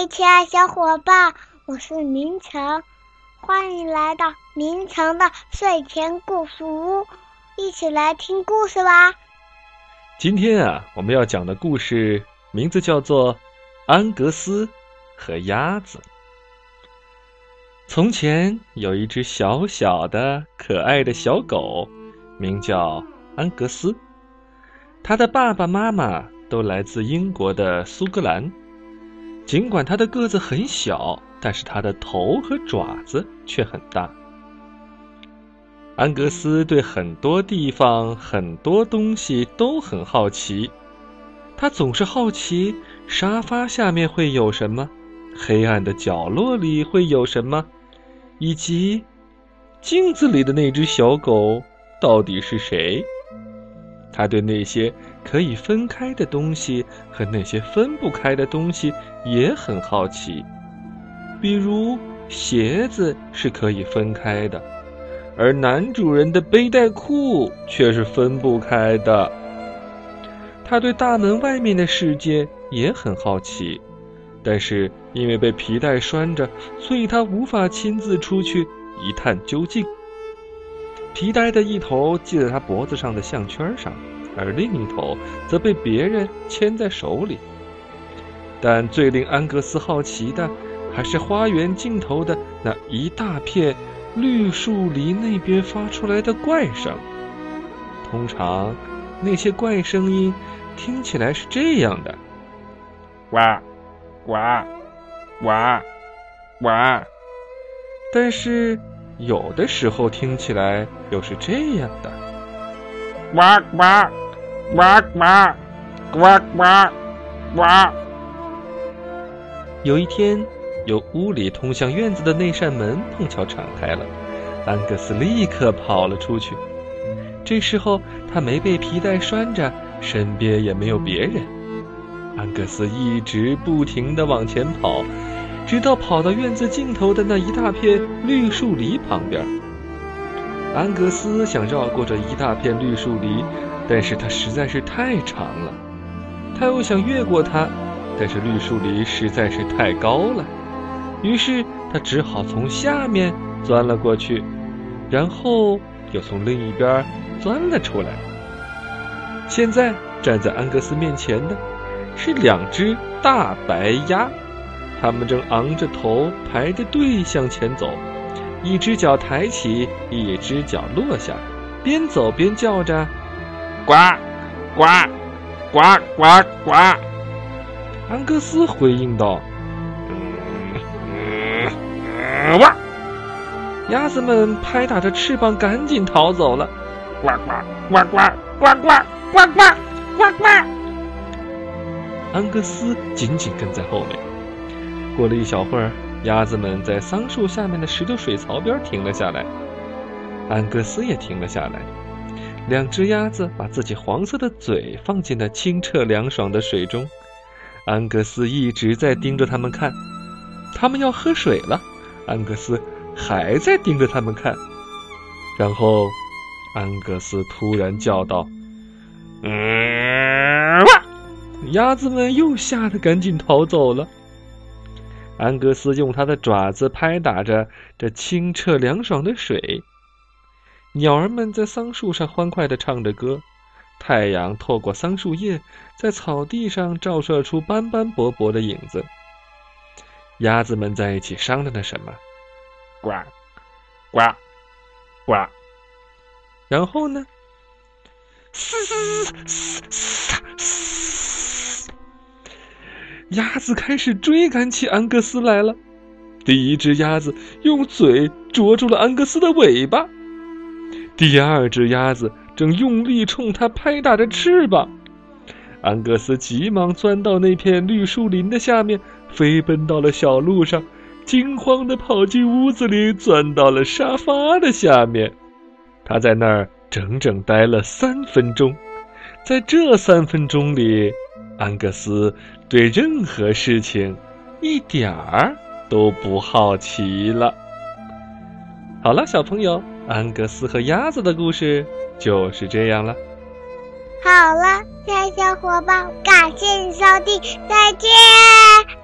亲爱小伙伴，我是明成，欢迎来到明成的睡前故事屋，一起来听故事吧。 今天我们要讲的故事名字叫做《安格斯和鸭子》。从前有一只小小的可爱的小狗，名叫安格斯。他的爸爸妈妈都来自英国的苏格兰。尽管他的个子很小，但是他的头和爪子却很大。安格斯对很多地方、很多东西都很好奇。他总是好奇沙发下面会有什么，黑暗的角落里会有什么，以及镜子里的那只小狗到底是谁。他对那些可以分开的东西和那些分不开的东西也很好奇。比如鞋子是可以分开的，而男主人的背带裤却是分不开的。他对大门外面的世界也很好奇，但是因为被皮带拴着，所以他无法亲自出去一探究竟。皮带的一头系在他脖子上的项圈上，而另一头则被别人牵在手里。但最令安格斯好奇的还是花园尽头的那一大片绿树林那边发出来的怪声。通常那些怪声音听起来是这样的：呱呱呱呱。但是有的时候听起来又是这样的：呱呱呱呱呱呱呱。有一天，由屋里通向院子的那扇门碰巧敞开了，安格斯立刻跑了出去。这时候他没被皮带拴着，身边也没有别人。安格斯一直不停地往前跑，直到跑到院子尽头的那一大片绿树篱旁边。安格斯想绕过这一大片绿树篱，但是它实在是太长了。他又想越过它，但是绿树篱实在是太高了。于是他只好从下面钻了过去，然后又从另一边钻了出来。现在站在安格斯面前的是两只大白鸭，它们正昂着头排着队向前走，一只脚抬起，一只脚落下，边走边叫着呱呱呱呱呱。安格斯回应道哇！鸭子们拍打着翅膀赶紧逃走了。呱呱呱呱呱呱呱呱呱呱。安格斯紧紧跟在后面。过了一小会儿，鸭子们在桑树下面的石头水槽边停了下来，安格斯也停了下来。两只鸭子把自己黄色的嘴放进了清澈凉爽的水中。安格斯一直在盯着它们看，它们要喝水了，安格斯还在盯着它们看。然后安格斯突然叫道哇！鸭子们又吓得赶紧逃走了。安格斯用他的爪子拍打着这清澈凉爽的水，鸟儿们在桑树上欢快地唱着歌，太阳透过桑树叶在草地上照射出斑斑驳驳的影子。鸭子们在一起商量着什么，呱呱呱。然后呢，鸭子开始追赶起安格斯来了。第一只鸭子用嘴捉住了安格斯的尾巴，第二只鸭子正用力冲它拍打着翅膀。安格斯急忙钻到那片绿树林的下面，飞奔到了小路上，惊慌地跑进屋子里，钻到了沙发的下面。他在那儿整整待了3分钟。在这3分钟里，安格斯对任何事情一点儿都不好奇了。好了，小朋友，安格斯和鸭子的故事就是这样了。 好了，亲爱小伙伴，感谢你收听，再见。